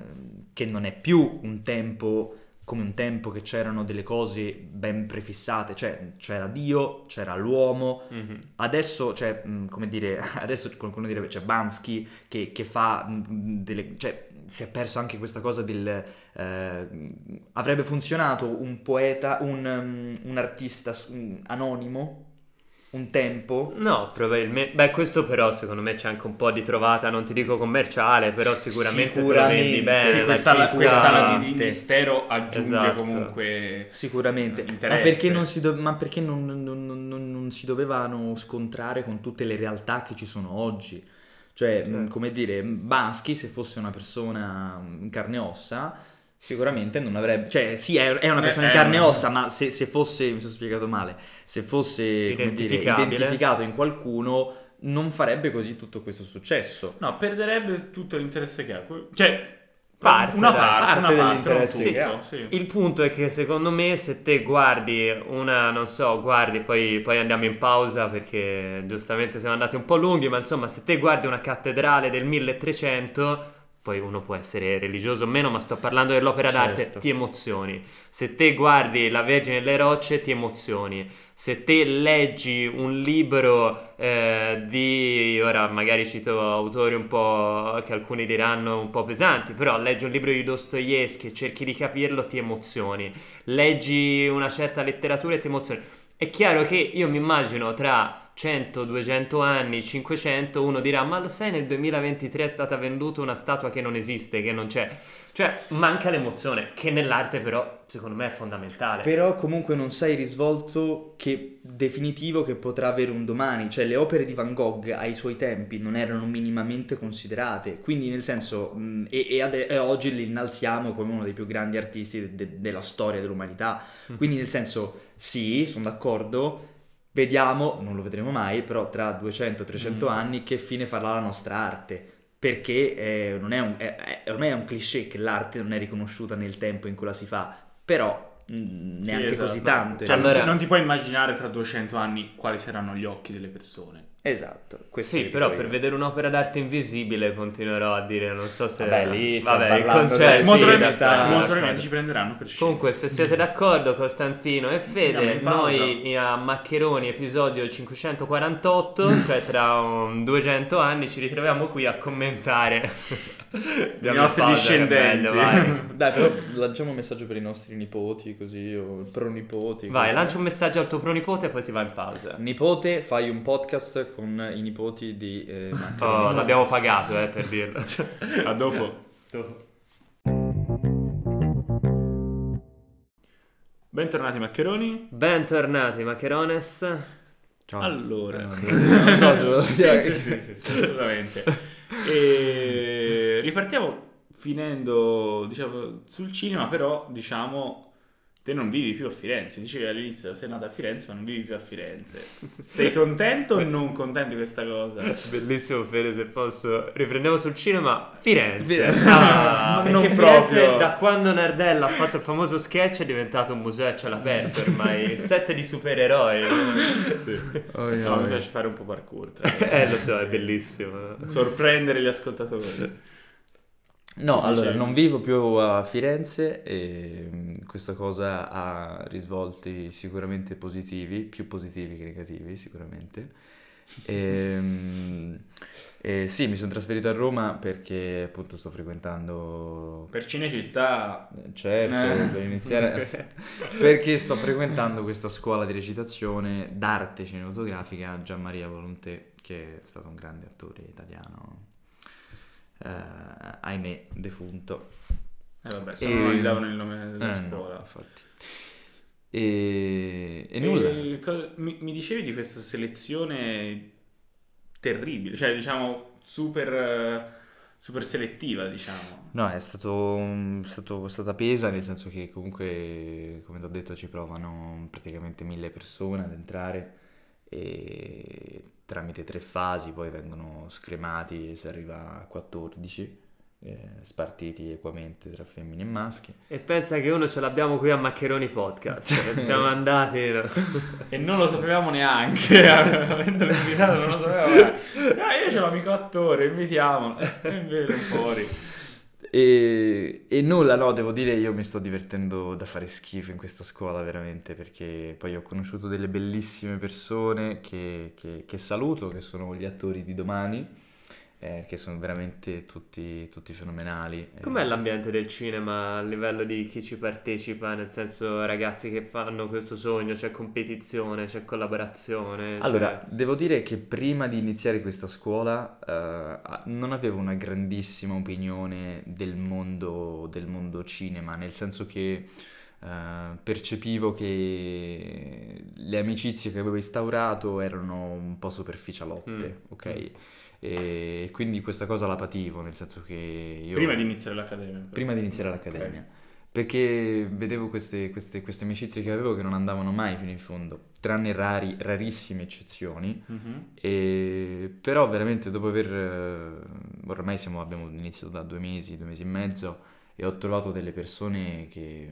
che non è più un tempo come un tempo che c'erano delle cose ben prefissate, cioè c'era Dio, c'era l'uomo. Mhm. Adesso, cioè, mh, come dire, adesso qualcuno direbbe c'è Bansky che, che fa mh, delle... cioè, si è perso anche questa cosa del... eh, avrebbe funzionato un poeta, un, um, un artista s- un anonimo, un tempo... No, probabilmente. Beh, questo però secondo me c'è anche un po' di trovata, non ti dico commerciale, però sicuramente, te lo Sicuramente, vendi bene. sì, Sì, la questa, la, cista- questa la di, di Sicuramente. mistero aggiunge Esatto. comunque Sicuramente, ma interesse. perché, non si, do- ma perché non, non- non- non- non si dovevano scontrare con tutte le realtà che ci sono oggi? Cioè, Certo. mh, come dire, Bansky, se fosse una persona in carne e ossa, sicuramente non avrebbe... Cioè, sì, è, è una Eh, persona in è carne e una- ossa, ma se, se fosse, mi sono spiegato male, se fosse, come dire, Identificabile. identificato in qualcuno, non farebbe così tutto questo successo. No, perderebbe tutto l'interesse che ha. Cioè, Parte, una dai, parte, parte una parte, dell'interesse non che tutto, ha. sì. Il punto è che secondo me se te guardi una, non so, guardi, poi, poi andiamo in pausa perché giustamente siamo andati un po' lunghi, ma insomma se te guardi una cattedrale del milletrecento, poi uno può essere religioso o meno, ma sto parlando dell'opera d'arte, Certo. ti emozioni. Se te guardi La Vergine e le rocce, ti emozioni. Se te leggi un libro eh, di, ora magari cito autori un po' che alcuni diranno un po' pesanti, però leggi un libro di Dostoevsky e cerchi di capirlo, ti emozioni. Leggi una certa letteratura e ti emozioni. È chiaro che io mi immagino tra cento, duecento anni, cinquecento, uno dirà ma lo sai nel duemilaventitré è stata venduta una statua che non esiste, che non c'è, cioè manca l'emozione che nell'arte però secondo me è fondamentale. Però comunque non sai il risvolto che, definitivo che potrà avere un domani, cioè le opere di Van Gogh ai suoi tempi non erano minimamente considerate, quindi nel senso mh, e, e, ade- e oggi li innalziamo come uno dei più grandi artisti de- de- della storia dell'umanità, quindi nel senso sì, sono d'accordo, vediamo, non lo vedremo mai, però tra duecento trecento Mm. anni che fine farà la nostra arte. Perché eh, non è un, è- è- ormai è un cliché che l'arte non è riconosciuta nel tempo in cui la si fa, però mh, Sì, neanche esatto. così tante. Cioè, Allora- non, ti, non ti puoi immaginare tra duecento anni quali saranno gli occhi delle persone. Esatto. questo Sì, dico però io. per vedere un'opera d'arte invisibile continuerò a dire, non so se... Vabbè, lì stiamo Vabbè, il parlando concetto, delle- sì, molto in probabilmente, realtà- molto d'accordo. probabilmente ci prenderanno per scemo. Comunque, se siete d'accordo, Costantino e Fede, Andiamo in pausa. noi a Maccheroni, episodio cinquecentoquarantotto, cioè tra um, duecento anni, ci ritroviamo qui a commentare I nostri discendenti. vai. Dai, però lanciamo un messaggio per i nostri nipoti, così, o pronipoti. Vai, così. lancia un messaggio al tuo pronipote e poi si va in pausa. Nipote, fai un podcast con i nipoti di eh, Maccheroni. Oh, l'abbiamo pagato, eh, per dirlo. A dopo. Bentornati Maccheroni. Bentornati, Maccherones. Ciao. Allora, Eh, non so se lo sì, dire. sì, sì, sì, sì, assolutamente. E ripartiamo finendo, diciamo, sul cinema, però, diciamo, te non vivi più a Firenze. Dicevi all'inizio sei nato a Firenze, ma non vivi più a Firenze. Sei contento o non contento di questa cosa? Bellissimo, Fede, se posso. Riprendiamo sul cinema. Firenze. Firenze. Ah, Non perché proprio. Firenze, da quando Nardella ha fatto il famoso sketch, è diventato un museo a cielo aperto ormai. Il set di supereroi. Sì. Oi, No, mi oi. piace fare un po' parkour. tra Eh, lo so, è bellissimo. Sorprendere gli ascoltatori. No, allora, Dicevi. non vivo più a Firenze e mh, questa cosa ha risvolti sicuramente positivi, più positivi che negativi sicuramente. E, mh, e sì, mi sono trasferito a Roma perché appunto sto frequentando... Per Cinecittà, Certo, Eh. per iniziare... perché sto frequentando questa scuola di recitazione d'arte cinematografica a Gian Maria Volonté, che è stato un grande attore italiano. Eh, ahimè, defunto. eh vabbè, se E- no non gli davano il nome della Eh, no, scuola. infatti. E, e E nulla. co- mi, mi dicevi di questa selezione terribile, cioè diciamo super, eh, super selettiva, diciamo. No, è stato, un- stato- è stata pesa, nel senso che comunque, come ti ho detto, ci provano praticamente mille persone ad entrare e tramite tre fasi poi vengono scremati e si arriva a quattordici, eh, spartiti equamente tra femmine e maschi. E pensa che uno ce l'abbiamo qui a Maccheroni Podcast. Siamo andati. no? E non lo sapevamo neanche, avendolo invitato non lo sapevamo. Ah, io c'ho l'amico attore, invitiamolo. E invece fuori. E, e nulla, no, devo dire, io mi sto divertendo da fare schifo in questa scuola veramente, perché poi ho conosciuto delle bellissime persone che, che- che saluto, che sono gli attori di domani, eh, che sono veramente tutti, tutti fenomenali. Com'è Eh, l'ambiente del cinema a livello di chi ci partecipa? Nel senso, ragazzi che fanno questo sogno, c'è competizione, c'è collaborazione. c'è- Allora, devo dire che prima di iniziare questa scuola eh, non avevo una grandissima opinione del mondo, del mondo cinema, nel senso che eh, percepivo che le amicizie che avevo instaurato erano un po' superficialotte, Mm. ok? E quindi questa cosa la pativo, nel senso che io... Prima di iniziare l'accademia. Prima di iniziare l'accademia. Perché vedevo queste, queste, queste amicizie che avevo che non andavano mai fino in fondo, tranne rari, rarissime eccezioni. Mhm. E però veramente dopo aver... eh, ormai siamo, abbiamo iniziato da due mesi, due mesi e mezzo, e ho trovato delle persone che...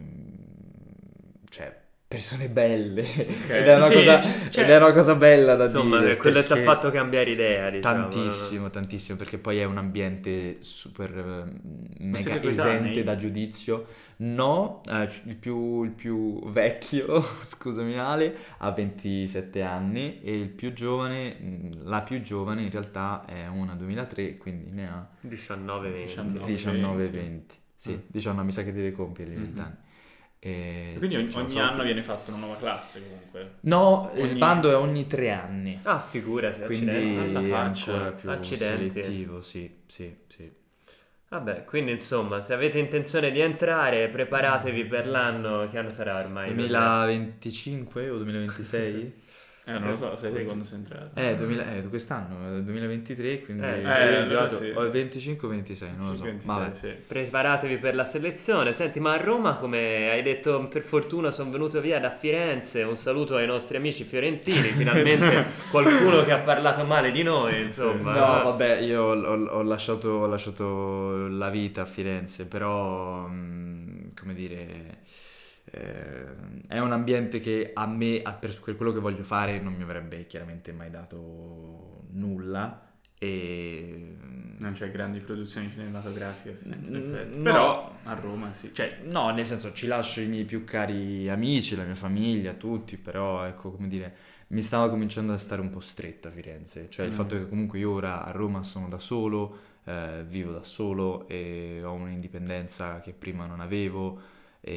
cioè, persone belle. Ed è una, Sì, cosa, cioè- ed è una cosa bella da Insomma, dire. quello che ti ha perché- fatto cambiare idea, diciamo. Tantissimo, tantissimo, perché poi è un ambiente super eh, mega siete coetanei? esente da giudizio. No, eh, il più, il più vecchio, scusami Ale, ha ventisette anni e il più giovane, mh, la più giovane in realtà è una duemilatré, quindi ne ha diciannove venti. diciannove. diciannove venti. venti. Sì, Mm. diciannove, mi sa che deve compiere i Mhm. venti anni. E Quindi ogni, cioè, ogni so- anno viene fatta una nuova classe comunque. No, il ogni- bando è ogni tre anni. Ah, figurati, Quindi accidenti. alla è faccia. ancora più Accidenti. selettivo, sì, sì, sì. Vabbè, quindi insomma, se avete intenzione di entrare, preparatevi per l'anno. Che anno sarà ormai? duemilaventicinque o duemilaventisei? Eh, non lo so, sai te quando sei entrato. Eh, duemila eh, quest'anno, eh, duemilaventitré, quindi Eh, sì. io Eh, ho allora inviato- sì. o il venticinque o ventisei, non lo so. ventisei, Vabbè. sì. Preparatevi per la selezione. Senti, ma a Roma, come hai detto, per fortuna sono venuto via da Firenze. Un saluto ai nostri amici fiorentini. Finalmente qualcuno che ha parlato male di noi, insomma. No, vabbè, io ho, ho- ho lasciato, ho lasciato la vita a Firenze, però, mh, come dire, eh, è un ambiente che a me, a- per quello che voglio fare, non mi avrebbe chiaramente mai dato nulla. E Non c'è grandi produzioni cinematografiche a Firenze, in Mm, effetti. no. Però a Roma sì. Cioè, no, nel senso ci lascio i miei più cari amici, la mia famiglia, tutti, però ecco, come dire, mi stava cominciando a stare un po' stretta Firenze, cioè il Mm. fatto che comunque io ora a Roma sono da solo, eh, vivo da solo e ho un'indipendenza che prima non avevo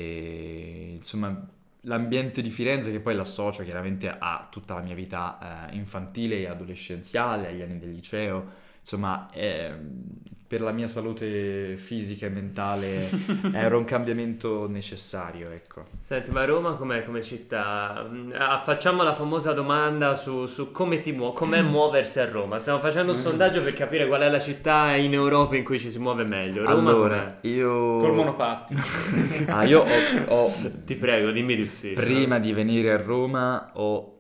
e insomma l'ambiente di Firenze che poi l'associo chiaramente a tutta la mia vita eh, infantile e adolescenziale, agli anni del liceo. Insomma, eh, per la mia salute fisica e mentale era un cambiamento necessario, ecco. Senti, ma Roma com'è come città? Mm, ah, facciamo la famosa domanda su, su come ti muo- com'è muoversi a Roma. Stiamo facendo un sondaggio per capire qual è la città in Europa in cui ci si muove meglio. Roma Allora, io... col monopattino. Ah, io ho, ho- com'è? Ti prego, dimmi di sì. prima di venire a Roma ho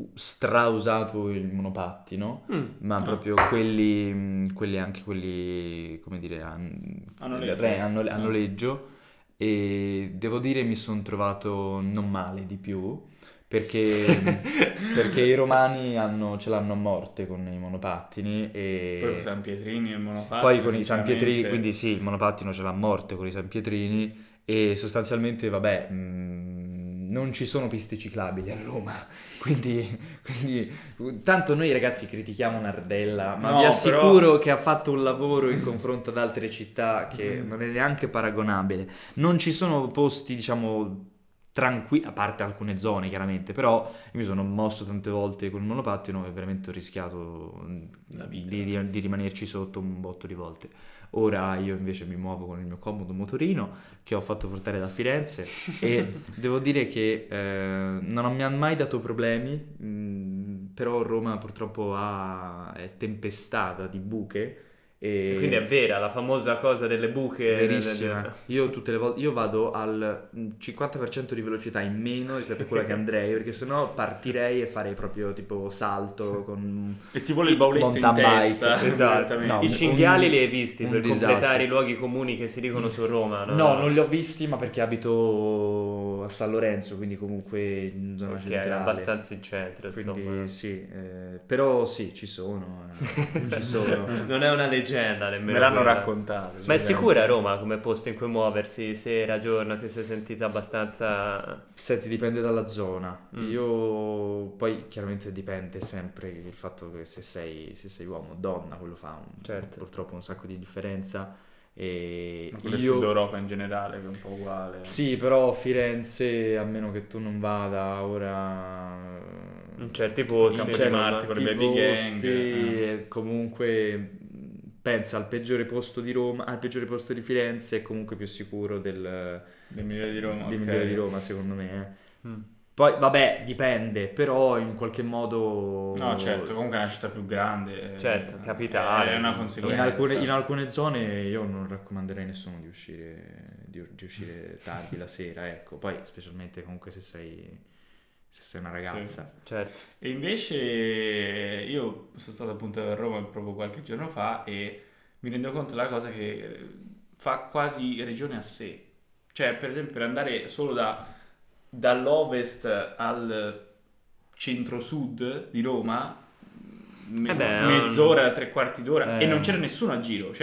strausato il monopattino, Mm. ma Ah. proprio quelli, mh, quelli anche quelli, come dire, a, A noleggio. re- a nole- a Ah. noleggio. E devo dire mi sono trovato non male di più, perché, perché i romani hanno, ce l'hanno a morte con i monopattini e... Poi con San Pietrini e il monopattino. Poi con i San Pietrini, sinceramente. quindi sì, il monopattino ce l'ha a morte con i San Pietrini e sostanzialmente, vabbè, mh, non ci sono piste ciclabili a Roma, quindi, quindi tanto noi ragazzi critichiamo Nardella, ma No, vi assicuro però- che ha fatto un lavoro in confronto ad altre città che Mm. non è neanche paragonabile. Non ci sono posti, diciamo, tranquilli, a parte alcune zone chiaramente, però io mi sono mosso tante volte con il monopattino e veramente ho rischiato La vita. di, di- di rimanerci sotto un botto di volte. Ora io invece mi muovo con il mio comodo motorino che ho fatto portare da Firenze e devo dire che eh, non mi ha mai dato problemi, mh, però Roma purtroppo ha, è tempestata di buche. E Quindi è vera la famosa cosa delle buche. verissima. delle- Io tutte le volte io vado al cinquanta per cento di velocità in meno rispetto a quella che andrei, perché sennò partirei e farei proprio tipo salto con E ti vuole il bauletto in Mountain bike. testa. Esatto. direttamente. No, I un- cinghiali li hai visti un per disastro. completare i luoghi comuni che si dicono su Roma, no? No, non li ho visti, ma perché abito a San Lorenzo, quindi comunque in zona Ok, centrale. abbastanza in centro, Quindi insomma. sì, eh, però sì, ci sono, eh, ci sono. Non è una leggenda nemmeno. Me l'hanno quella. raccontato. Ma è sì. sicura Roma come posto in cui muoversi sera, giorno? Ti sei sentita abbastanza... Senti, dipende dalla zona. Mm. Io poi chiaramente dipende sempre il fatto che se sei, se sei uomo o donna, quello fa un- Certo. purtroppo un sacco di differenza. E Ma quello è io Sud Europa in generale, che è un po' uguale. sì, però Firenze, a meno che tu non vada ora In certi posti, Campo in di insomma. Marte, con i certi baby gang, posti, eh. e comunque pensa al peggiore posto di Roma, al peggiore posto di Firenze è comunque più sicuro del, Del migliore di Roma. del ok. migliore di Roma, secondo me. eh. Mm. Poi, vabbè, dipende, però in qualche modo... No, certo, comunque è una città più grande. eh, Certo, capitale, È una insomma. conseguenza. In alcune, in alcune zone io non raccomanderei a nessuno di uscire, di, di uscire tardi la sera, ecco. Poi specialmente comunque se sei, se sei una ragazza. Certo. E invece io sono stato appunto a Roma proprio qualche giorno fa e mi rendo conto della cosa che fa quasi regione a sé. Cioè, per esempio, per andare solo da, dall'ovest al centro-sud di Roma, me- Eh beh, mezz'ora, tre quarti d'ora, eh. e non c'era nessuno a giro. Cioè,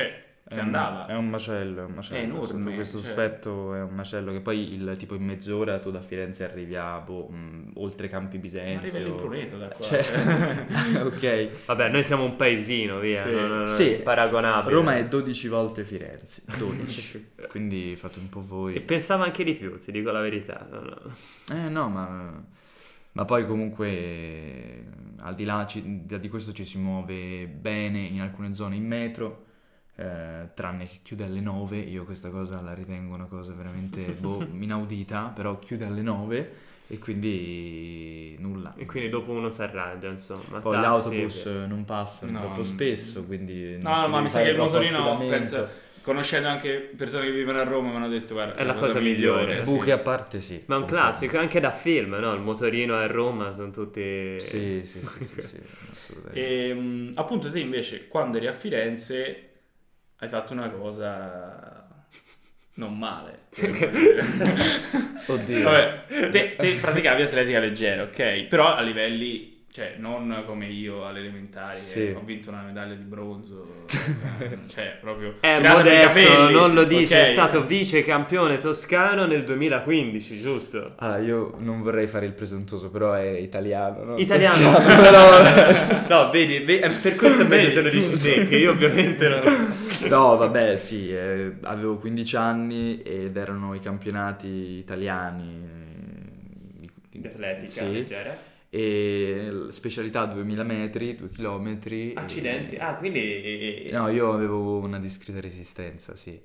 Ci andava. È un macello, è un macello. È enorme, Sotto questo cioè. aspetto è un macello che poi il, tipo in mezz'ora tu da Firenze arrivi a boh, mh, oltre Campi Ma Bisenzio. arriva all'Impruneta da qua. Cioè, ok. Vabbè, noi siamo un paesino, via, Sì. non, non Sì. è paragonabile. Roma è dodici volte Firenze, dodici. Quindi fate un po' voi. E pensavo anche di più, ti dico la verità. No, no. Eh no, ma, ma poi comunque al di là ci- da di questo ci si muove bene in alcune zone in metro, eh, tranne che chiude alle nove. Io questa cosa la ritengo una cosa veramente boh, inaudita, però chiude alle nove e quindi nulla. E quindi dopo uno si arrangia, insomma. Poi taxi, l'autobus via. non passa No, troppo non- spesso, quindi No, non no, ci ma devi mi sa fare che il troppo motorino, affidamento. penso, conoscendo anche persone che vivono a Roma, mi hanno detto, guarda, È la cosa migliore. sì. Buche a parte sì. Ma è un confermo. classico, anche da film, no? Il motorino a Roma sono tutti... Sì, sì, sì, sì, sì, assolutamente. E mh, appunto te invece, quando eri a Firenze, hai fatto una cosa non male. Oddio. Vabbè, te, te praticavi atletica leggera, ok? Però a livelli, cioè, non come io alle elementari, Sì. che ho vinto una medaglia di bronzo, eh, cioè, proprio... È tirata per i modesto, capelli, non lo dice, ok? è stato vice campione toscano nel duemilaquindici, giusto? Ah, io non vorrei fare il presuntuoso, però è italiano, no? Italiano. Toscano, No, vedi, ve- eh, per questo è meglio se lo dici Giusto. te, che io ovviamente non... No, vabbè, sì, eh, avevo quindici anni ed erano i campionati italiani eh, di, Di atletica sì, leggera. e l- specialità duemila metri, due chilometri. Accidenti. e- Ah, quindi... No, io avevo una discreta resistenza, sì.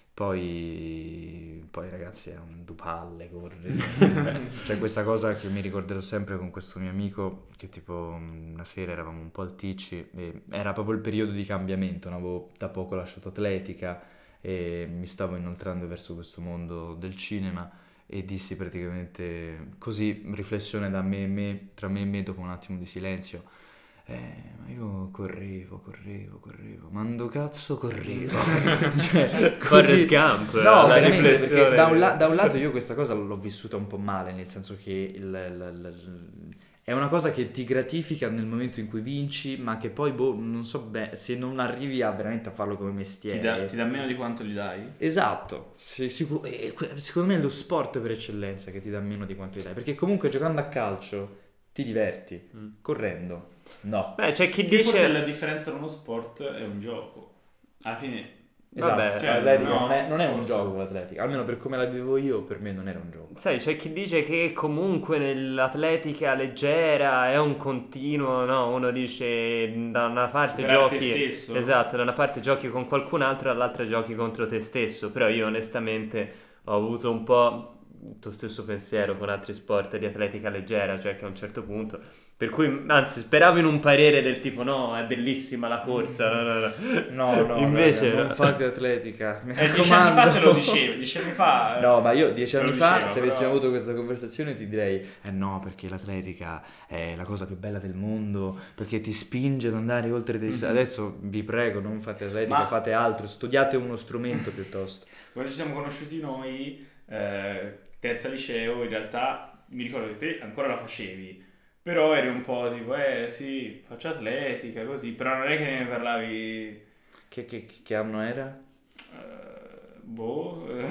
Poi, poi ragazzi, è un dupalle correre. C'è questa cosa che mi ricorderò sempre con questo mio amico, che tipo una sera eravamo un po' alticci e era proprio il periodo di cambiamento, no? Avevo da poco lasciato atletica e mi stavo inoltrando verso questo mondo del cinema e dissi praticamente così, riflessione da me e me, tra me e me dopo un attimo di silenzio. Eh, ma io correvo, correvo, correvo, mando cazzo correvo. Cioè, Forrest Gump, No, la veramente, riflessione. perché da un, la- da un lato io questa cosa l'ho vissuta un po' male, nel senso che il- il- il- è una cosa che ti gratifica nel momento in cui vinci, ma che poi, boh, non so bene, se non arrivi a veramente a farlo come mestiere. Ti dà, ti dà meno di quanto gli dai? Esatto, sì, sicu- e que- secondo me è lo sport per eccellenza che ti dà meno di quanto gli dai, perché comunque giocando a calcio ti diverti, Mm. correndo no. Beh, c'è chi Che forse dice... la differenza tra uno sport e un gioco. Alla fine... Esatto, Vabbè, cioè, l'atletica no, non è, non è un forse. gioco l'atletica, almeno per come la vivevo io, per me non era un gioco. Sai, c'è chi dice che comunque nell'atletica leggera è un continuo, no? Uno dice da una parte Superare te giochi... stesso. Esatto, da una parte giochi con qualcun altro, dall'altra giochi contro te stesso. Però io onestamente ho avuto un po' il tuo stesso pensiero con altri sport di atletica leggera, cioè che a un certo punto... Per cui, anzi, speravo in un parere del tipo no, è bellissima la corsa, no, no, no. No, no, Invece... raga, non fate atletica, mi Eh, dieci anni fa raccomando. te lo dicevi, dieci anni fa... eh, No, ma io dieci te lo anni fa, dicevo, se avessimo però- avuto questa conversazione, ti direi: eh no, perché l'atletica è la cosa più bella del mondo, perché ti spinge ad andare oltre te. Adesso vi prego, non fate atletica, Ma- fate altro, studiate uno strumento piuttosto. Quando ci siamo conosciuti noi, eh, terza liceo, in realtà mi ricordo che te ancora la facevi, però eri un po' tipo, eh sì, faccio atletica, così, però non è che ne parlavi, Che, che, che anno era? eh, boh, eh,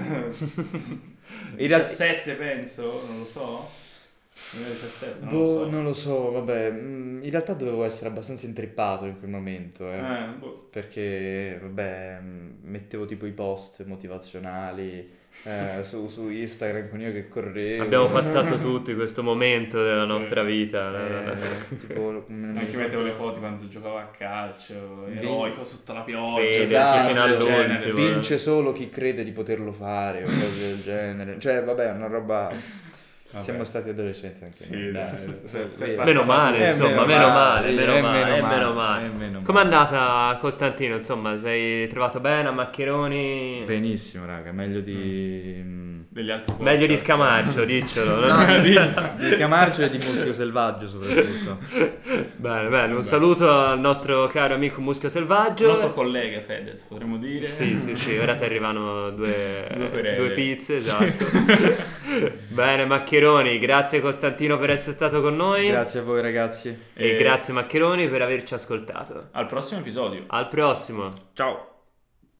In realtà- diciassette penso, non lo so, duemiladiciassette, non lo Boh, so. non lo so, vabbè, mm, in realtà dovevo essere abbastanza intrippato in quel momento, eh. Eh, boh. Perché, vabbè, mm, mettevo tipo i post motivazionali eh, su, su Instagram con io che correvo. Abbiamo passato tutti questo momento della Sì. nostra vita. no, no, no. Eh, tipo, mm, Anche mettevo le foto quando giocavo a calcio, Vin- eroico sotto la pioggia, Crederci cose fino del all'ultimo. genere, sì. vince solo chi crede di poterlo fare o cose del genere. Cioè, vabbè, una roba... Vabbè. Siamo stati adolescenti anche Sì, noi, dai. Sì, Sei sì. passato- Meno male, Eh, insomma, meno meno male, male, eh, meno meno male, male, eh, meno male. eh, meno Com'è male. andata, Costantino? Insomma, sei trovato bene a Maccheroni? Benissimo, raga, meglio di... mm, Degli altri Meglio di podcast. Scamarcio, diccelo. no? No, di, di Scamarcio e di Muschio Selvaggio soprattutto. Bene, bene, un Vabbè. saluto al nostro caro amico Muschio Il Selvaggio. nostro collega Fedez, potremmo dire. Sì, sì, sì, ora ti arrivano due, Due querele. due pizze, esatto. Bene, Maccheroni, grazie Costantino per essere stato con noi. Grazie a voi ragazzi. E E- grazie Maccheroni per averci ascoltato. Al prossimo episodio. Al prossimo. Ciao.